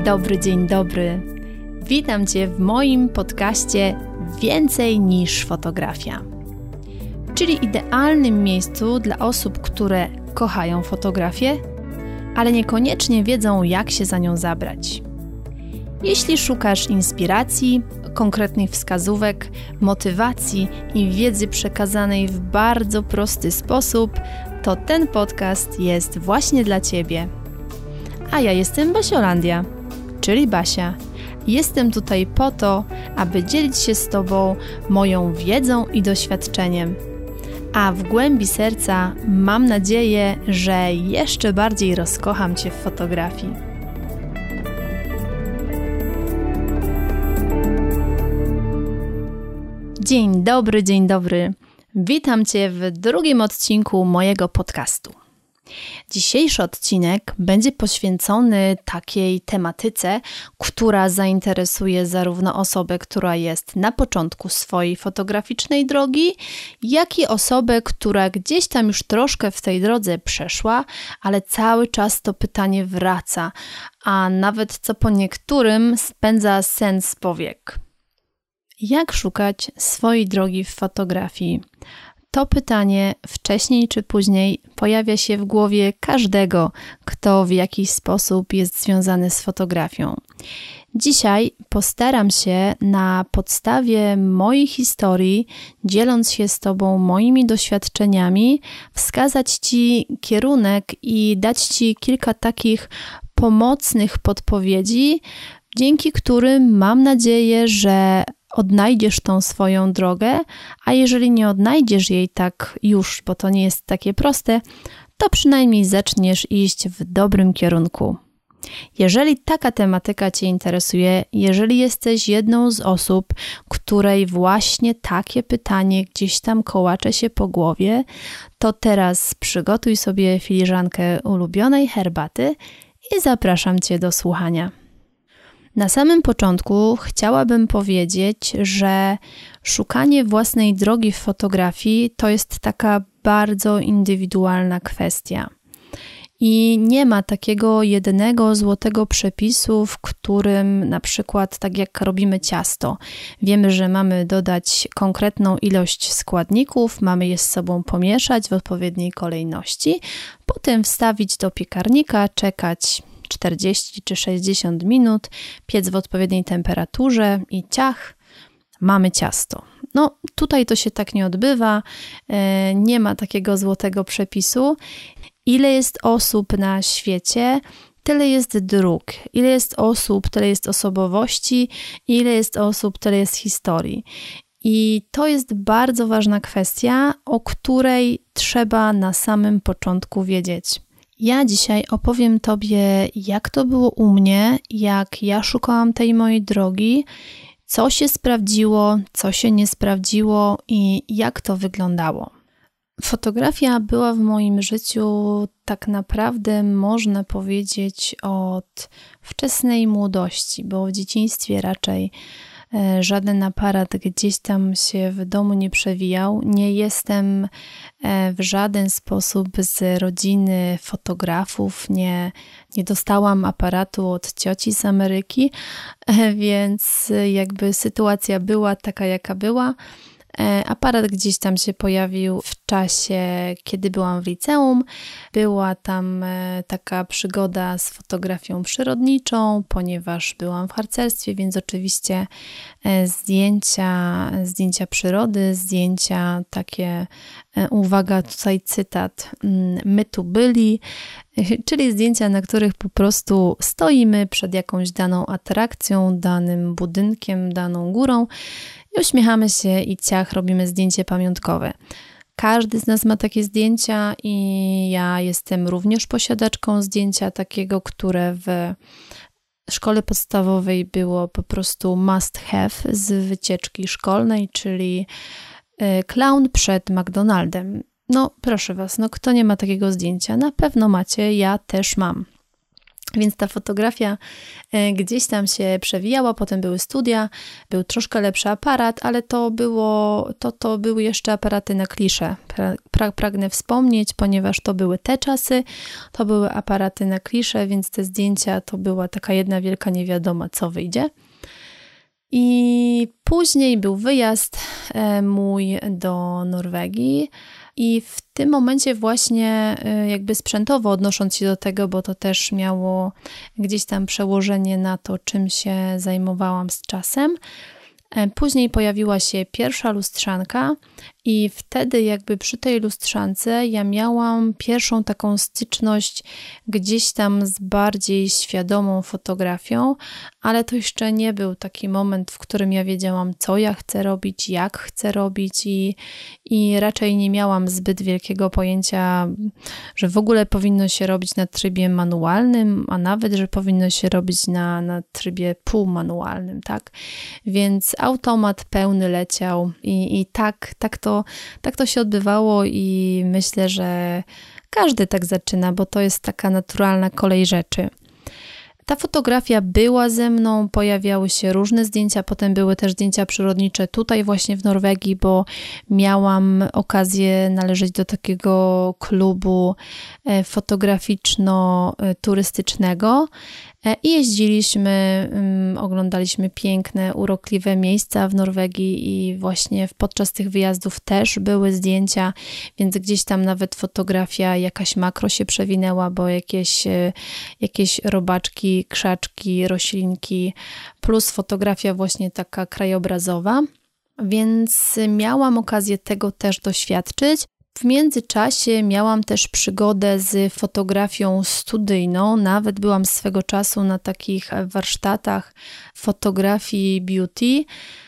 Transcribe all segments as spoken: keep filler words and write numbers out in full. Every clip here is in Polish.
dobry, dzień dobry. Witam Cię w moim podcaście Więcej niż fotografia, czyli idealnym miejscu dla osób, które kochają fotografię, ale niekoniecznie wiedzą, jak się za nią zabrać. Jeśli szukasz inspiracji, konkretnych wskazówek, motywacji i wiedzy przekazanej w bardzo prosty sposób, to ten podcast jest właśnie dla Ciebie. A ja jestem Basiolandia, czyli Basia. Jestem tutaj po to, aby dzielić się z Tobą moją wiedzą i doświadczeniem. A w głębi serca mam nadzieję, że jeszcze bardziej rozkocham Cię w fotografii. Dzień dobry, dzień dobry. Witam Cię w drugim odcinku mojego podcastu. Dzisiejszy odcinek będzie poświęcony takiej tematyce, która zainteresuje zarówno osobę, która jest na początku swojej fotograficznej drogi, jak i osobę, która gdzieś tam już troszkę w tej drodze przeszła, ale cały czas to pytanie wraca, a nawet co po niektórym spędza sen z powiek. Jak szukać swojej drogi w fotografii? To pytanie wcześniej czy później pojawia się w głowie każdego, kto w jakiś sposób jest związany z fotografią. Dzisiaj postaram się na podstawie mojej historii, dzieląc się z Tobą moimi doświadczeniami, wskazać Ci kierunek i dać Ci kilka takich pomocnych podpowiedzi, dzięki którym mam nadzieję, że odnajdziesz tą swoją drogę, a jeżeli nie odnajdziesz jej tak już, bo to nie jest takie proste, to przynajmniej zaczniesz iść w dobrym kierunku. Jeżeli taka tematyka Cię interesuje, jeżeli jesteś jedną z osób, której właśnie takie pytanie gdzieś tam kołacze się po głowie, to teraz przygotuj sobie filiżankę ulubionej herbaty i zapraszam Cię do słuchania. Na samym początku chciałabym powiedzieć, że szukanie własnej drogi w fotografii to jest taka bardzo indywidualna kwestia. I nie ma takiego jedynego złotego przepisu, w którym na przykład tak jak robimy ciasto. Wiemy, że mamy dodać konkretną ilość składników, mamy je z sobą pomieszać w odpowiedniej kolejności, potem wstawić do piekarnika, czekać czterdzieści czy sześćdziesiąt minut, piec w odpowiedniej temperaturze i ciach, mamy ciasto. No tutaj to się tak nie odbywa, nie ma takiego złotego przepisu. Ile jest osób na świecie, tyle jest dróg. Ile jest osób, tyle jest osobowości. Ile jest osób, tyle jest historii. I to jest bardzo ważna kwestia, o której trzeba na samym początku wiedzieć. Ja dzisiaj opowiem Tobie, jak to było u mnie, jak ja szukałam tej mojej drogi, co się sprawdziło, co się nie sprawdziło i jak to wyglądało. Fotografia była w moim życiu tak naprawdę, można powiedzieć, od wczesnej młodości, bo w dzieciństwie raczej żaden aparat gdzieś tam się w domu nie przewijał. Nie jestem w żaden sposób z rodziny fotografów, nie, nie dostałam aparatu od cioci z Ameryki, więc jakby sytuacja była taka, jaka była. Aparat gdzieś tam się pojawił w czasie, kiedy byłam w liceum. Była tam taka przygoda z fotografią przyrodniczą, ponieważ byłam w harcerstwie, więc oczywiście zdjęcia, zdjęcia przyrody, zdjęcia takie, uwaga, tutaj cytat, my tu byli, czyli zdjęcia, na których po prostu stoimy przed jakąś daną atrakcją, danym budynkiem, daną górą i uśmiechamy się i ciach, robimy zdjęcie pamiątkowe. Każdy z nas ma takie zdjęcia i ja jestem również posiadaczką zdjęcia takiego, które w szkole podstawowej było po prostu must have z wycieczki szkolnej, czyli klaun przed McDonaldem. No proszę Was, no kto nie ma takiego zdjęcia? Na pewno macie, ja też mam. Więc ta fotografia gdzieś tam się przewijała, potem były studia, był troszkę lepszy aparat, ale to było, to, to były jeszcze aparaty na klisze. Pra, pragnę wspomnieć, ponieważ to były te czasy, to były aparaty na klisze, więc te zdjęcia to była taka jedna wielka niewiadoma, co wyjdzie. I później był wyjazd mój do Norwegii i w tym momencie właśnie jakby sprzętowo odnosząc się do tego, bo to też miało gdzieś tam przełożenie na to, czym się zajmowałam z czasem. Później pojawiła się pierwsza lustrzanka i wtedy jakby przy tej lustrzance ja miałam pierwszą taką styczność gdzieś tam z bardziej świadomą fotografią, ale to jeszcze nie był taki moment, w którym ja wiedziałam, co ja chcę robić, jak chcę robić i, i raczej nie miałam zbyt wielkiego pojęcia, że w ogóle powinno się robić na trybie manualnym, a nawet, że powinno się robić na, na trybie półmanualnym, tak? Więc automat pełny leciał i, i tak, tak, to, tak to się odbywało i myślę, że każdy tak zaczyna, bo to jest taka naturalna kolej rzeczy. Ta fotografia była ze mną, pojawiały się różne zdjęcia, potem były też zdjęcia przyrodnicze tutaj właśnie w Norwegii, bo miałam okazję należeć do takiego klubu fotograficzno-turystycznego i jeździliśmy, oglądaliśmy piękne, urokliwe miejsca w Norwegii i właśnie podczas tych wyjazdów też były zdjęcia, więc gdzieś tam nawet fotografia jakaś makro się przewinęła, bo jakieś, jakieś robaczki, krzaczki, roślinki, plus fotografia właśnie taka krajobrazowa, więc miałam okazję tego też doświadczyć. W międzyczasie miałam też przygodę z fotografią studyjną, nawet byłam swego czasu na takich warsztatach fotografii beauty.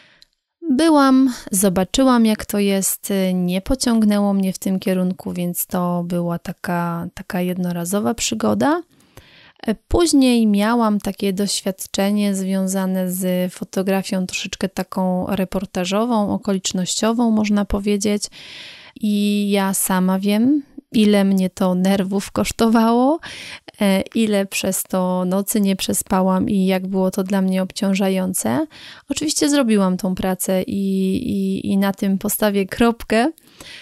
Byłam, zobaczyłam jak to jest, nie pociągnęło mnie w tym kierunku, więc to była taka, taka jednorazowa przygoda. Później miałam takie doświadczenie związane z fotografią troszeczkę taką reportażową, okolicznościową można powiedzieć. I ja sama wiem, ile mnie to nerwów kosztowało, ile przez to nocy nie przespałam i jak było to dla mnie obciążające. Oczywiście zrobiłam tą pracę i, i, i na tym postawię kropkę.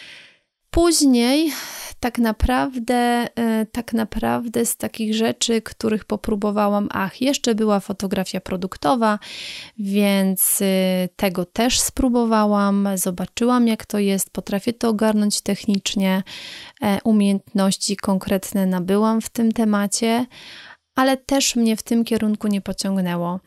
Później tak naprawdę, tak naprawdę z takich rzeczy, których popróbowałam, ach, jeszcze była fotografia produktowa, więc tego też spróbowałam, zobaczyłam jak to jest, potrafię to ogarnąć technicznie, umiejętności konkretne nabyłam w tym temacie, ale też mnie w tym kierunku nie pociągnęło.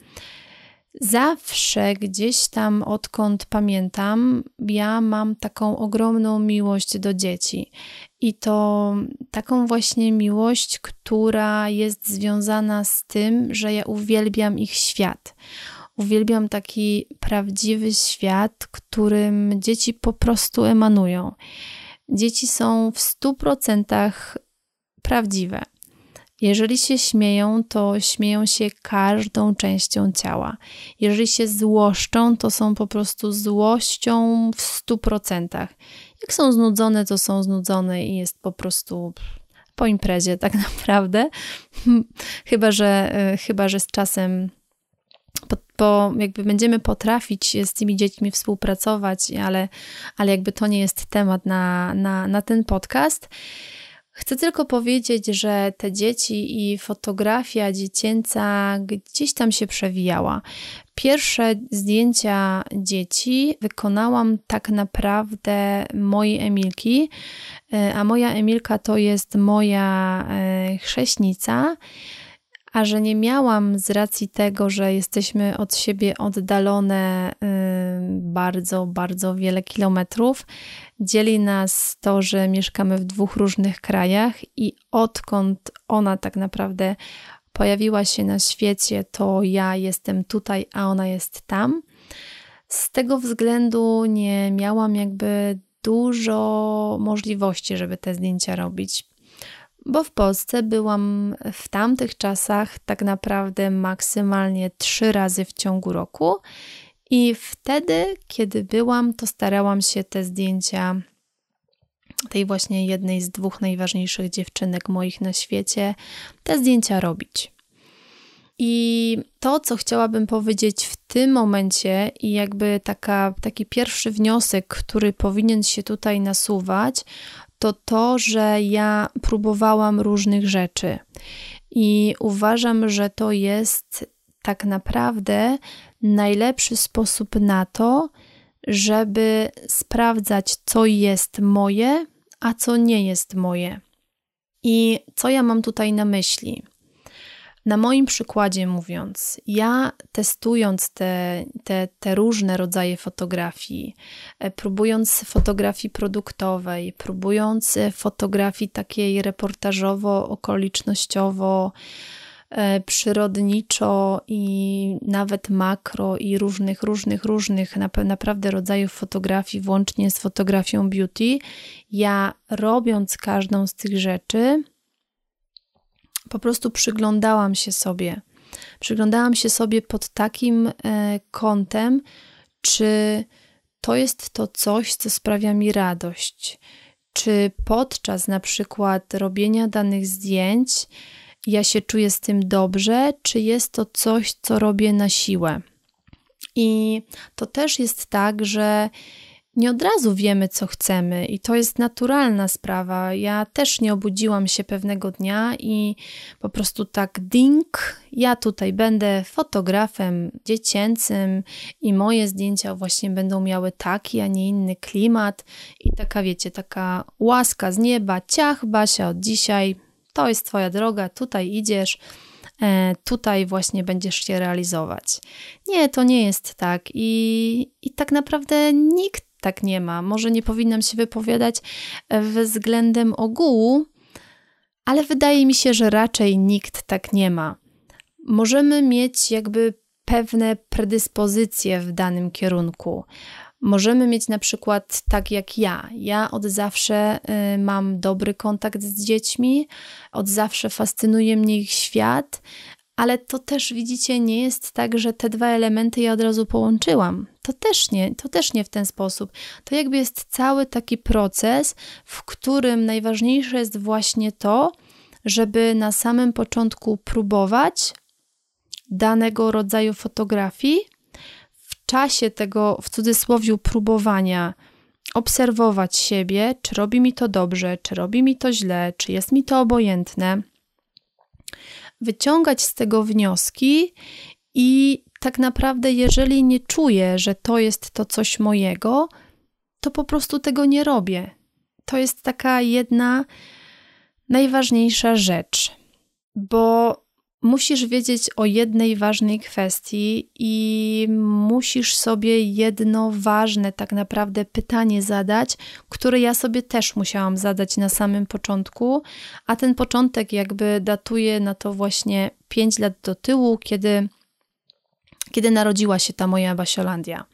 Zawsze gdzieś tam, odkąd pamiętam, ja mam taką ogromną miłość do dzieci i to taką właśnie miłość, która jest związana z tym, że ja uwielbiam ich świat. Uwielbiam taki prawdziwy świat, którym dzieci po prostu emanują. Dzieci są w stu procentach prawdziwe. Jeżeli się śmieją, to śmieją się każdą częścią ciała. Jeżeli się złoszczą, to są po prostu złością w stu procentach. Jak są znudzone, to są znudzone i jest po prostu po imprezie tak naprawdę. Chyba, że, chyba, że z czasem po, po jakby będziemy potrafić z tymi dziećmi współpracować, ale, ale jakby to nie jest temat na, na, na ten podcast. Chcę tylko powiedzieć, że te dzieci i fotografia dziecięca gdzieś tam się przewijała. Pierwsze zdjęcia dzieci wykonałam tak naprawdę mojej Emilki, a moja Emilka to jest moja chrześnica, a że nie miałam z racji tego, że jesteśmy od siebie oddalone bardzo, bardzo wiele kilometrów, dzieli nas to, że mieszkamy w dwóch różnych krajach i odkąd ona tak naprawdę pojawiła się na świecie, to ja jestem tutaj, a ona jest tam. Z tego względu nie miałam jakby dużo możliwości, żeby te zdjęcia robić. Bo w Polsce byłam w tamtych czasach tak naprawdę maksymalnie trzy razy w ciągu roku i wtedy, kiedy byłam, to starałam się te zdjęcia tej właśnie jednej z dwóch najważniejszych dziewczynek moich na świecie, te zdjęcia robić. I to, co chciałabym powiedzieć w tym momencie i jakby taka, taki pierwszy wniosek, który powinien się tutaj nasuwać, to to, że ja próbowałam różnych rzeczy i uważam, że to jest tak naprawdę najlepszy sposób na to, żeby sprawdzać, co jest moje, a co nie jest moje. I co ja mam tutaj na myśli? Na moim przykładzie mówiąc, ja testując te, te, te różne rodzaje fotografii, próbując fotografii produktowej, próbując fotografii takiej reportażowo-okolicznościowo, przyrodniczo i nawet makro i różnych, różnych, różnych naprawdę rodzajów fotografii, włącznie z fotografią beauty, ja robiąc każdą z tych rzeczy, po prostu przyglądałam się sobie. Przyglądałam się sobie pod takim e, kątem, czy to jest to coś, co sprawia mi radość. Czy podczas na przykład robienia danych zdjęć ja się czuję z tym dobrze, czy jest to coś, co robię na siłę. I to też jest tak, że nie od razu wiemy, co chcemy i to jest naturalna sprawa. Ja też nie obudziłam się pewnego dnia i po prostu tak ding, ja tutaj będę fotografem dziecięcym i moje zdjęcia właśnie będą miały taki, a nie inny klimat i taka, wiecie, taka łaska z nieba, ciach, Basia, od dzisiaj to jest twoja droga, tutaj idziesz, e, tutaj właśnie będziesz się realizować. Nie, to nie jest tak i, i tak naprawdę nikt tak nie ma. Może nie powinnam się wypowiadać względem ogółu, ale wydaje mi się, że raczej nikt tak nie ma. Możemy mieć jakby pewne predyspozycje w danym kierunku. Możemy mieć na przykład tak jak ja. Ja od zawsze y, mam dobry kontakt z dziećmi, od zawsze fascynuje mnie ich świat, ale to też, widzicie, nie jest tak, że te dwa elementy ja od razu połączyłam. To też nie, to też nie w ten sposób. To jakby jest cały taki proces, w którym najważniejsze jest właśnie to, żeby na samym początku próbować danego rodzaju fotografii, w czasie tego, w cudzysłowie, próbowania obserwować siebie, czy robi mi to dobrze, czy robi mi to źle, czy jest mi to obojętne, wyciągać z tego wnioski i tak naprawdę, jeżeli nie czuję, że to jest to coś mojego, to po prostu tego nie robię. To jest taka jedna najważniejsza rzecz, bo musisz wiedzieć o jednej ważnej kwestii i musisz sobie jedno ważne tak naprawdę pytanie zadać, które ja sobie też musiałam zadać na samym początku, a ten początek jakby datuje na to właśnie pięć lat do tyłu, kiedy, kiedy narodziła się ta moja Basiolandia.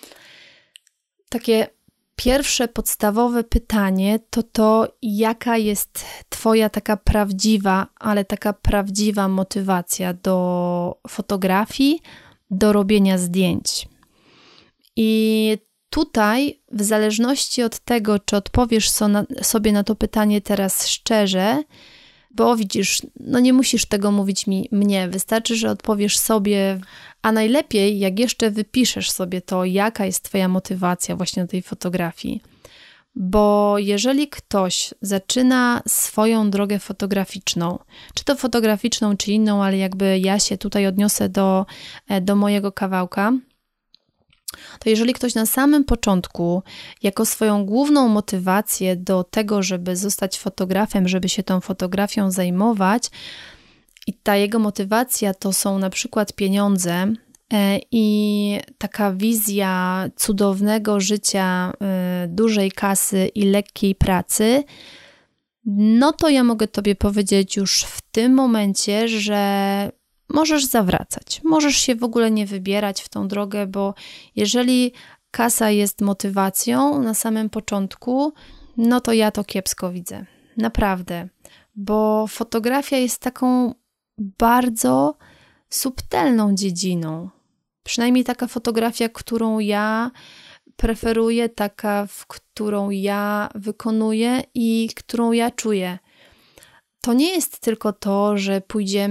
Takie pierwsze podstawowe pytanie to to, jaka jest twoja taka prawdziwa, ale taka prawdziwa motywacja do fotografii, do robienia zdjęć. I tutaj, w zależności od tego, czy odpowiesz sobie na to pytanie teraz szczerze, bo widzisz, no nie musisz tego mówić mi, mnie, wystarczy, że odpowiesz sobie, a najlepiej jak jeszcze wypiszesz sobie to, jaka jest twoja motywacja właśnie do tej fotografii. Bo jeżeli ktoś zaczyna swoją drogę fotograficzną, czy to fotograficzną, czy inną, ale jakby ja się tutaj odniosę do, do mojego kawałka, to jeżeli ktoś na samym początku jako swoją główną motywację do tego, żeby zostać fotografem, żeby się tą fotografią zajmować i ta jego motywacja to są na przykład pieniądze i taka wizja cudownego życia, dużej kasy i lekkiej pracy, no to ja mogę tobie powiedzieć już w tym momencie, że możesz zawracać, możesz się w ogóle nie wybierać w tą drogę, bo jeżeli kasa jest motywacją na samym początku, no to ja to kiepsko widzę. Naprawdę, bo fotografia jest taką bardzo subtelną dziedziną. Przynajmniej taka fotografia, którą ja preferuję, taka, w którą ja wykonuję i którą ja czuję. To nie jest tylko to, że pójdziemy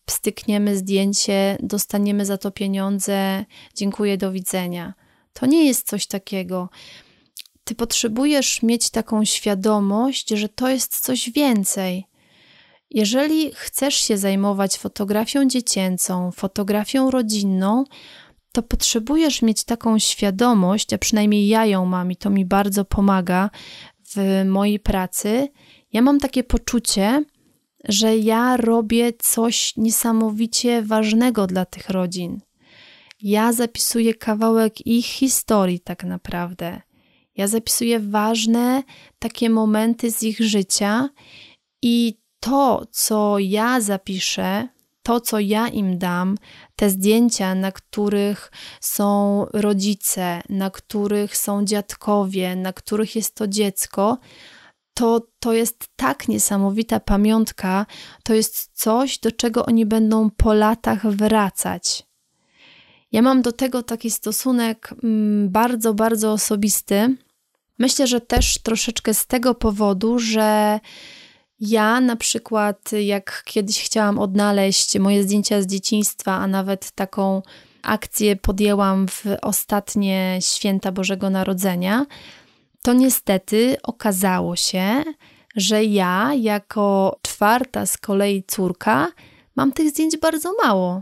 pstykniemy zdjęcie, dostaniemy za to pieniądze, dziękuję, do widzenia. To nie jest coś takiego. Ty potrzebujesz mieć taką świadomość, że to jest coś więcej. Jeżeli chcesz się zajmować fotografią dziecięcą, fotografią rodzinną, to potrzebujesz mieć taką świadomość, a przynajmniej ja ją mam i to mi bardzo pomaga w mojej pracy. Ja mam takie poczucie, że ja robię coś niesamowicie ważnego dla tych rodzin. Ja zapisuję kawałek ich historii tak naprawdę. Ja zapisuję ważne takie momenty z ich życia i to, co ja zapiszę, to, co ja im dam, te zdjęcia, na których są rodzice, na których są dziadkowie, na których jest to dziecko, to, to jest tak niesamowita pamiątka, to jest coś, do czego oni będą po latach wracać. Ja mam do tego taki stosunek mm, bardzo, bardzo osobisty. Myślę, że też troszeczkę z tego powodu, że ja na przykład, jak kiedyś chciałam odnaleźć moje zdjęcia z dzieciństwa, a nawet taką akcję podjęłam w ostatnie święta Bożego Narodzenia, to niestety okazało się, że ja jako czwarta z kolei córka mam tych zdjęć bardzo mało.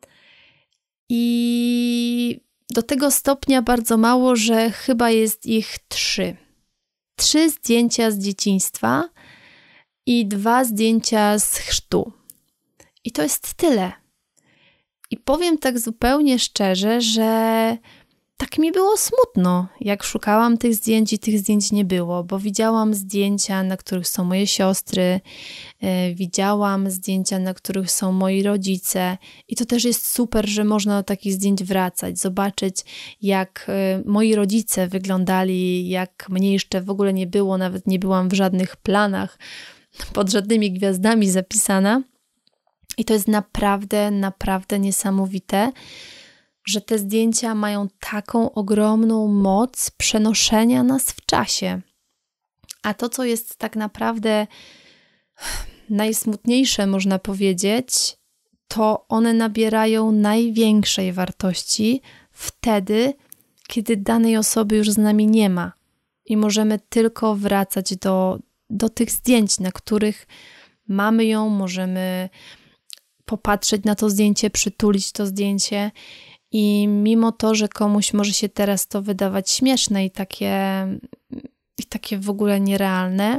I do tego stopnia bardzo mało, że chyba jest ich trzy. Trzy zdjęcia z dzieciństwa i dwa zdjęcia z chrztu. I to jest tyle. I powiem tak zupełnie szczerze, że tak mi było smutno, jak szukałam tych zdjęć i tych zdjęć nie było, bo widziałam zdjęcia, na których są moje siostry, yy, widziałam zdjęcia, na których są moi rodzice i to też jest super, że można do takich zdjęć wracać, zobaczyć, jak yy, moi rodzice wyglądali, jak mnie jeszcze w ogóle nie było, nawet nie byłam w żadnych planach, pod żadnymi gwiazdami zapisana. I to jest naprawdę, naprawdę niesamowite, że te zdjęcia mają taką ogromną moc przenoszenia nas w czasie. A to, co jest tak naprawdę najsmutniejsze, można powiedzieć, to one nabierają największej wartości wtedy, kiedy danej osoby już z nami nie ma i możemy tylko wracać do, do tych zdjęć, na których mamy ją, możemy popatrzeć na to zdjęcie, przytulić to zdjęcie. I mimo to, że komuś może się teraz to wydawać śmieszne i takie, i takie w ogóle nierealne,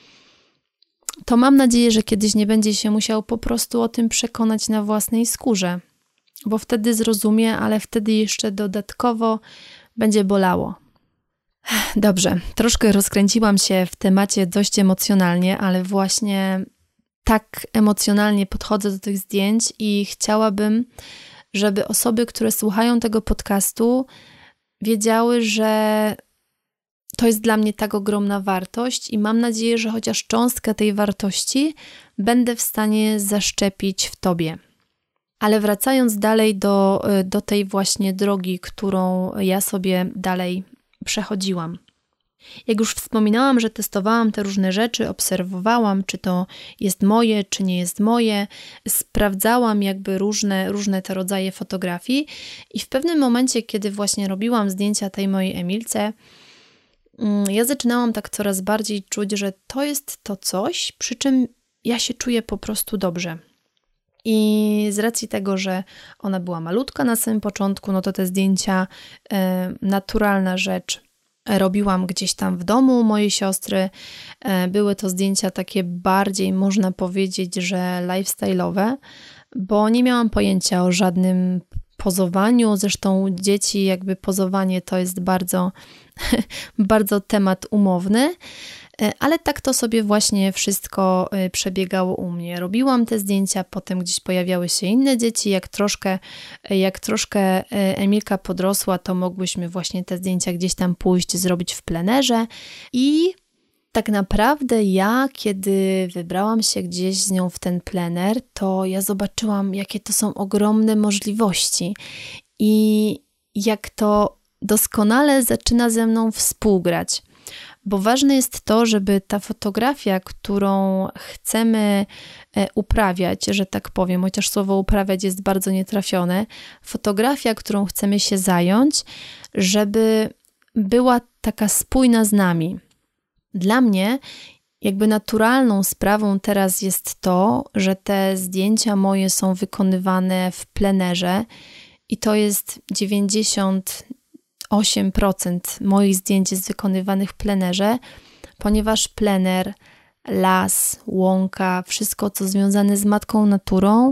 to mam nadzieję, że kiedyś nie będzie się musiał po prostu o tym przekonać na własnej skórze, bo wtedy zrozumie, ale wtedy jeszcze dodatkowo będzie bolało. Dobrze, troszkę rozkręciłam się w temacie dość emocjonalnie, ale właśnie tak emocjonalnie podchodzę do tych zdjęć i chciałabym, żeby osoby, które słuchają tego podcastu, wiedziały, że to jest dla mnie tak ogromna wartość i mam nadzieję, że chociaż cząstkę tej wartości będę w stanie zaszczepić w tobie. Ale wracając dalej do, do tej właśnie drogi, którą ja sobie dalej przechodziłam. Jak już wspominałam, że testowałam te różne rzeczy, obserwowałam, czy to jest moje, czy nie jest moje, sprawdzałam jakby różne, różne te rodzaje fotografii i w pewnym momencie, kiedy właśnie robiłam zdjęcia tej mojej Emilce, ja zaczynałam tak coraz bardziej czuć, że to jest to coś, przy czym ja się czuję po prostu dobrze. I z racji tego, że ona była malutka na samym początku, no to te zdjęcia, y, naturalna rzecz, robiłam gdzieś tam w domu mojej siostry. Były to zdjęcia takie bardziej, można powiedzieć, że lifestyle'owe, bo nie miałam pojęcia o żadnym pozowaniu. Zresztą dzieci, jakby pozowanie to jest bardzo, bardzo temat umowny. Ale tak to sobie właśnie wszystko przebiegało u mnie. Robiłam te zdjęcia, potem gdzieś pojawiały się inne dzieci. Jak troszkę, jak troszkę Emilka podrosła, to mogłyśmy właśnie te zdjęcia gdzieś tam pójść, zrobić w plenerze. I tak naprawdę ja, kiedy wybrałam się gdzieś z nią w ten plener, to ja zobaczyłam, jakie to są ogromne możliwości i jak to doskonale zaczyna ze mną współgrać. Bo ważne jest to, żeby ta fotografia, którą chcemy uprawiać, że tak powiem, chociaż słowo uprawiać jest bardzo nietrafione, fotografia, którą chcemy się zająć, żeby była taka spójna z nami. Dla mnie jakby naturalną sprawą teraz jest to, że te zdjęcia moje są wykonywane w plenerze i to jest dziewięćdziesiąt osiem procent moich zdjęć jest wykonywanych w plenerze, ponieważ plener, las, łąka, wszystko co związane z matką naturą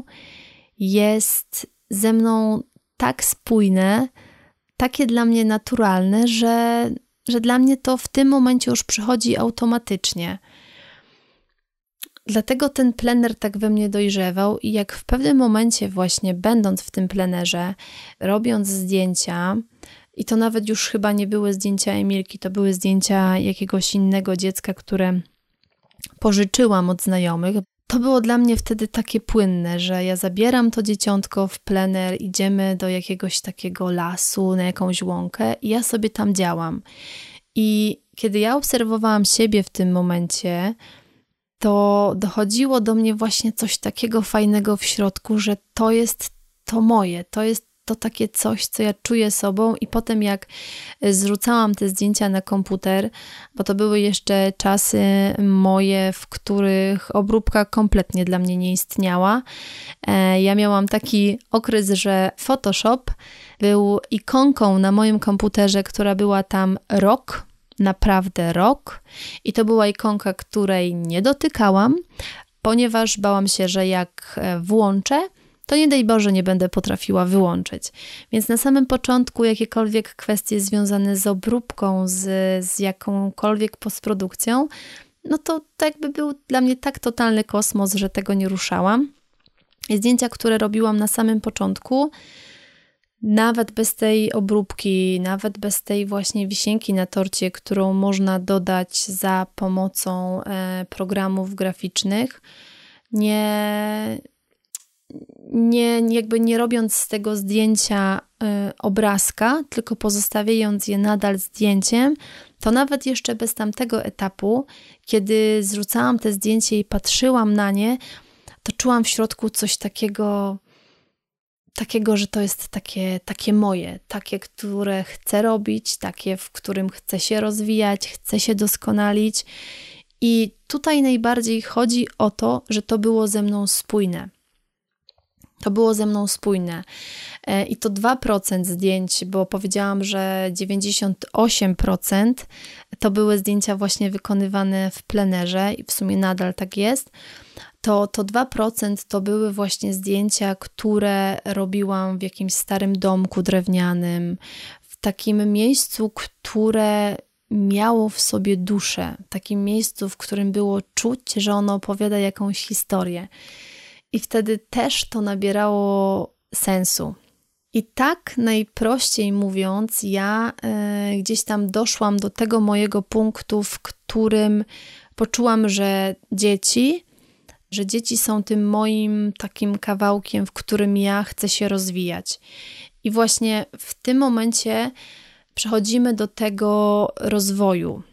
jest ze mną tak spójne, takie dla mnie naturalne, że, że dla mnie to w tym momencie już przychodzi automatycznie. Dlatego ten plener tak we mnie dojrzewał i jak w pewnym momencie właśnie będąc w tym plenerze, robiąc zdjęcia, i to nawet już chyba nie były zdjęcia Emilki, to były zdjęcia jakiegoś innego dziecka, które pożyczyłam od znajomych. To było dla mnie wtedy takie płynne, że ja zabieram to dzieciątko w plener, idziemy do jakiegoś takiego lasu, na jakąś łąkę i ja sobie tam działam. I kiedy ja obserwowałam siebie w tym momencie, to dochodziło do mnie właśnie coś takiego fajnego w środku, że to jest to moje, to jest to takie coś, co ja czuję sobą i potem jak zrzucałam te zdjęcia na komputer, bo to były jeszcze czasy moje, w których obróbka kompletnie dla mnie nie istniała. Ja miałam taki okres, że Photoshop był ikonką na moim komputerze, która była tam rok, naprawdę rok i to była ikonka, której nie dotykałam, ponieważ bałam się, że jak włączę, to nie daj Boże nie będę potrafiła wyłączyć. Więc na samym początku jakiekolwiek kwestie związane z obróbką, z, z jakąkolwiek postprodukcją, no to, to jakby był dla mnie tak totalny kosmos, że tego nie ruszałam. I zdjęcia, które robiłam na samym początku, nawet bez tej obróbki, nawet bez tej właśnie wisienki na torcie, którą można dodać za pomocą e, programów graficznych, nie... Nie, jakby nie robiąc z tego zdjęcia y, obrazka, tylko pozostawiając je nadal zdjęciem, to nawet jeszcze bez tamtego etapu, kiedy zrzucałam te zdjęcie i patrzyłam na nie, to czułam w środku coś takiego, takiego, że to jest takie, takie moje, takie, które chcę robić, takie, w którym chcę się rozwijać, chcę się doskonalić. I tutaj najbardziej chodzi o to, że to było ze mną spójne. To było ze mną spójne. I to dwa procent zdjęć, bo powiedziałam, że dziewięćdziesiąt osiem procent to były zdjęcia właśnie wykonywane w plenerze i w sumie nadal tak jest. To, to dwa procent to były właśnie zdjęcia, które robiłam w jakimś starym domku drewnianym, w takim miejscu, które miało w sobie duszę, w takim miejscu, w którym było czuć, że ono opowiada jakąś historię. I wtedy też to nabierało sensu. I tak najprościej mówiąc, ja y, gdzieś tam doszłam do tego mojego punktu, w którym poczułam, że dzieci, że dzieci są tym moim takim kawałkiem, w którym ja chcę się rozwijać. I właśnie w tym momencie przechodzimy do tego rozwoju,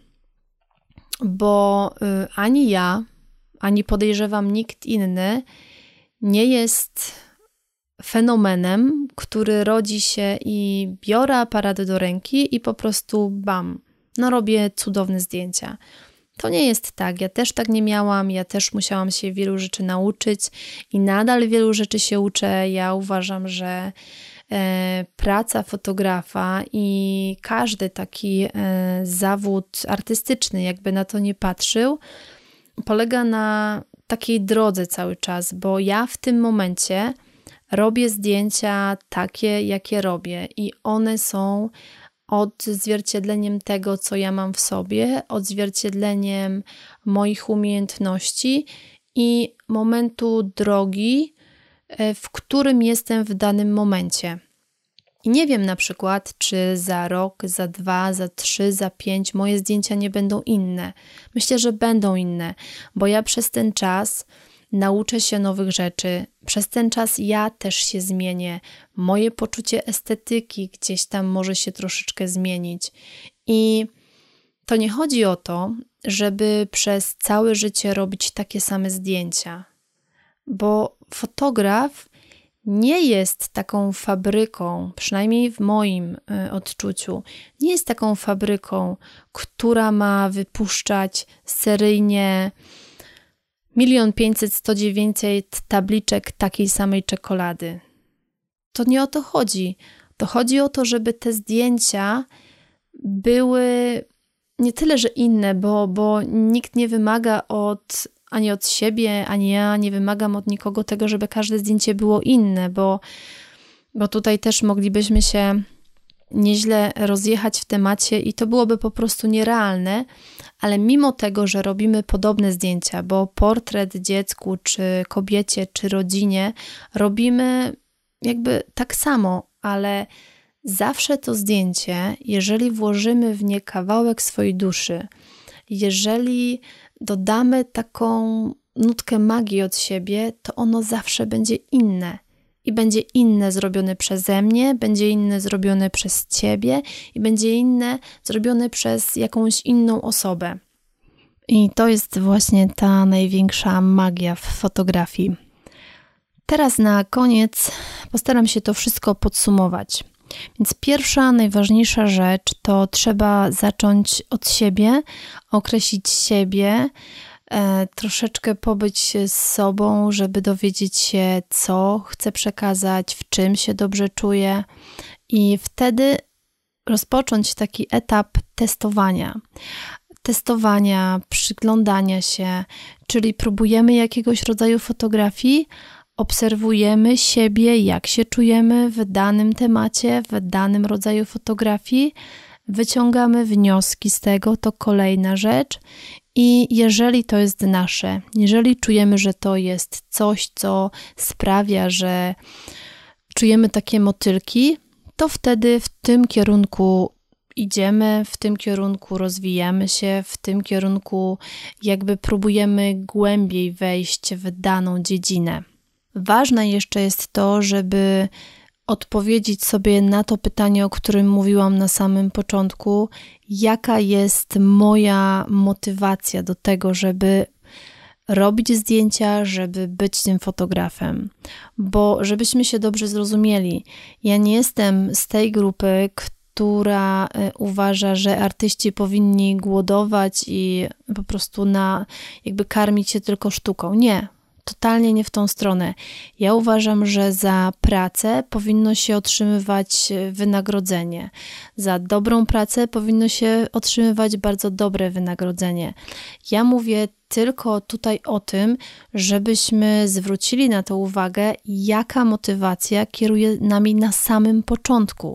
bo y, ani ja, ani podejrzewam nikt inny nie jest fenomenem, który rodzi się i biorę aparat do ręki i po prostu bam, no robię cudowne zdjęcia. To nie jest tak, ja też tak nie miałam, ja też musiałam się wielu rzeczy nauczyć i nadal wielu rzeczy się uczę. Ja uważam, że e, praca fotografa i każdy taki e, zawód artystyczny, jakby na to nie patrzył, polega na takiej drodze cały czas, bo ja w tym momencie robię zdjęcia takie, jakie robię i one są odzwierciedleniem tego, co ja mam w sobie, odzwierciedleniem moich umiejętności i momentu drogi, w którym jestem w danym momencie. I nie wiem na przykład, czy za rok, za dwa, za trzy, za pięć moje zdjęcia nie będą inne. Myślę, że będą inne, bo ja przez ten czas nauczę się nowych rzeczy. Przez ten czas ja też się zmienię. Moje poczucie estetyki gdzieś tam może się troszeczkę zmienić. I To nie chodzi o to, żeby przez całe życie robić takie same zdjęcia, bo fotograf nie jest taką fabryką, przynajmniej w moim y, odczuciu, nie jest taką fabryką, która ma wypuszczać seryjnie milion pięćset, sto dziewięćset tabliczek takiej samej czekolady. To nie o to chodzi. To chodzi o to, żeby te zdjęcia były nie tyle, że inne, bo, bo nikt nie wymaga od, ani od siebie, ani ja nie wymagam od nikogo tego, żeby każde zdjęcie było inne, bo, bo tutaj też moglibyśmy się nieźle rozjechać w temacie i to byłoby po prostu nierealne, ale mimo tego, że robimy podobne zdjęcia, bo portret dziecku, czy kobiecie, czy rodzinie robimy jakby tak samo, ale zawsze to zdjęcie, jeżeli włożymy w nie kawałek swojej duszy, jeżeli dodamy taką nutkę magii od siebie, to ono zawsze będzie inne. I będzie inne zrobione przeze mnie, będzie inne zrobione przez Ciebie i będzie inne zrobione przez jakąś inną osobę. I to jest właśnie ta największa magia w fotografii. Teraz na koniec postaram się to wszystko podsumować. Więc pierwsza, najważniejsza rzecz to trzeba zacząć od siebie, określić siebie, e, troszeczkę pobyć z sobą, żeby dowiedzieć się, co chcę przekazać, w czym się dobrze czuję i wtedy rozpocząć taki etap testowania. Testowania, przyglądania się, czyli próbujemy jakiegoś rodzaju fotografii, obserwujemy siebie, jak się czujemy w danym temacie, w danym rodzaju fotografii, wyciągamy wnioski z tego, to kolejna rzecz i jeżeli to jest nasze, jeżeli czujemy, że to jest coś, co sprawia, że czujemy takie motylki, to wtedy w tym kierunku idziemy, w tym kierunku rozwijamy się, w tym kierunku jakby próbujemy głębiej wejść w daną dziedzinę. Ważne jeszcze jest to, żeby odpowiedzieć sobie na to pytanie, o którym mówiłam na samym początku, jaka jest moja motywacja do tego, żeby robić zdjęcia, żeby być tym fotografem. Bo żebyśmy się dobrze zrozumieli, ja nie jestem z tej grupy, która uważa, że artyści powinni głodować i po prostu na jakby karmić się tylko sztuką. Nie. Totalnie nie w tą stronę. Ja uważam, że za pracę powinno się otrzymywać wynagrodzenie. Za dobrą pracę powinno się otrzymywać bardzo dobre wynagrodzenie. Ja mówię tylko tutaj o tym, żebyśmy zwrócili na to uwagę, jaka motywacja kieruje nami na samym początku.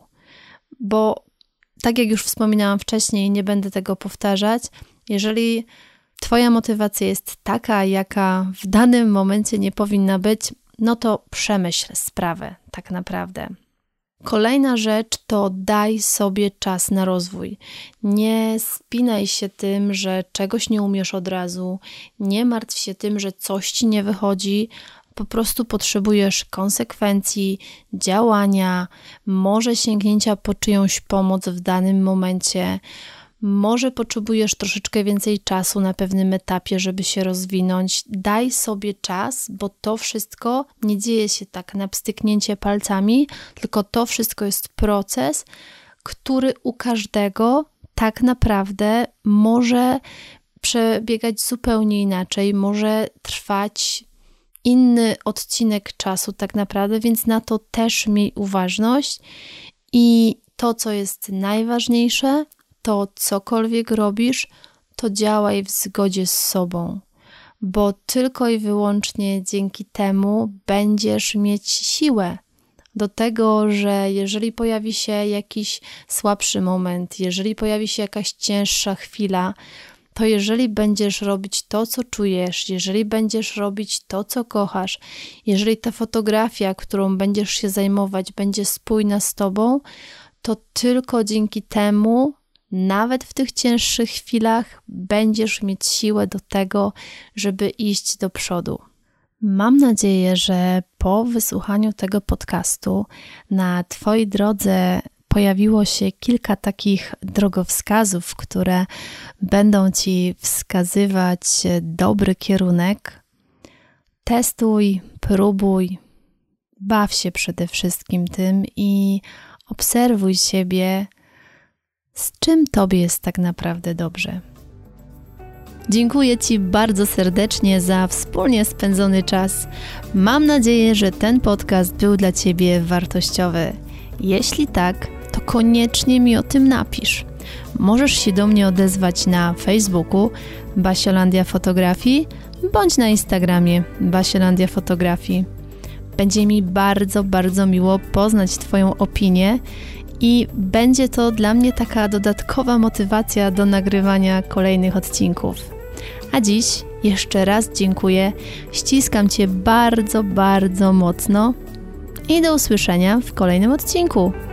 Bo tak jak już wspominałam wcześniej, nie będę tego powtarzać, jeżeli Twoja motywacja jest taka, jaka w danym momencie nie powinna być, no to przemyśl sprawę tak naprawdę. Kolejna rzecz to daj sobie czas na rozwój. Nie spinaj się tym, że czegoś nie umiesz od razu, nie martw się tym, że coś Ci nie wychodzi, po prostu potrzebujesz konsekwencji, działania, może sięgnięcia po czyjąś pomoc w danym momencie. Może potrzebujesz troszeczkę więcej czasu na pewnym etapie, żeby się rozwinąć. Daj sobie czas, bo to wszystko nie dzieje się tak na pstryknięcie palcami, tylko to wszystko jest proces, który u każdego tak naprawdę może przebiegać zupełnie inaczej, może trwać inny odcinek czasu tak naprawdę, więc na to też miej uważność i to, co jest najważniejsze, to cokolwiek robisz, to działaj w zgodzie z sobą, bo tylko i wyłącznie dzięki temu będziesz mieć siłę do tego, że jeżeli pojawi się jakiś słabszy moment, jeżeli pojawi się jakaś cięższa chwila, to jeżeli będziesz robić to, co czujesz, jeżeli będziesz robić to, co kochasz, jeżeli ta fotografia, którą będziesz się zajmować, będzie spójna z tobą, to tylko dzięki temu nawet w tych cięższych chwilach będziesz mieć siłę do tego, żeby iść do przodu. Mam nadzieję, że po wysłuchaniu tego podcastu na Twojej drodze pojawiło się kilka takich drogowskazów, które będą Ci wskazywać dobry kierunek. Testuj, próbuj, baw się przede wszystkim tym i obserwuj siebie, z czym Tobie jest tak naprawdę dobrze. Dziękuję Ci bardzo serdecznie za wspólnie spędzony czas. Mam nadzieję, że ten podcast był dla Ciebie wartościowy. Jeśli tak, to koniecznie mi o tym napisz. Możesz się do mnie odezwać na Facebooku Basiolandia Fotografii bądź na Instagramie Basiolandia Fotografii. Będzie mi bardzo, bardzo miło poznać Twoją opinię i będzie to dla mnie taka dodatkowa motywacja do nagrywania kolejnych odcinków. A dziś jeszcze raz dziękuję, ściskam Cię bardzo, bardzo mocno i do usłyszenia w kolejnym odcinku.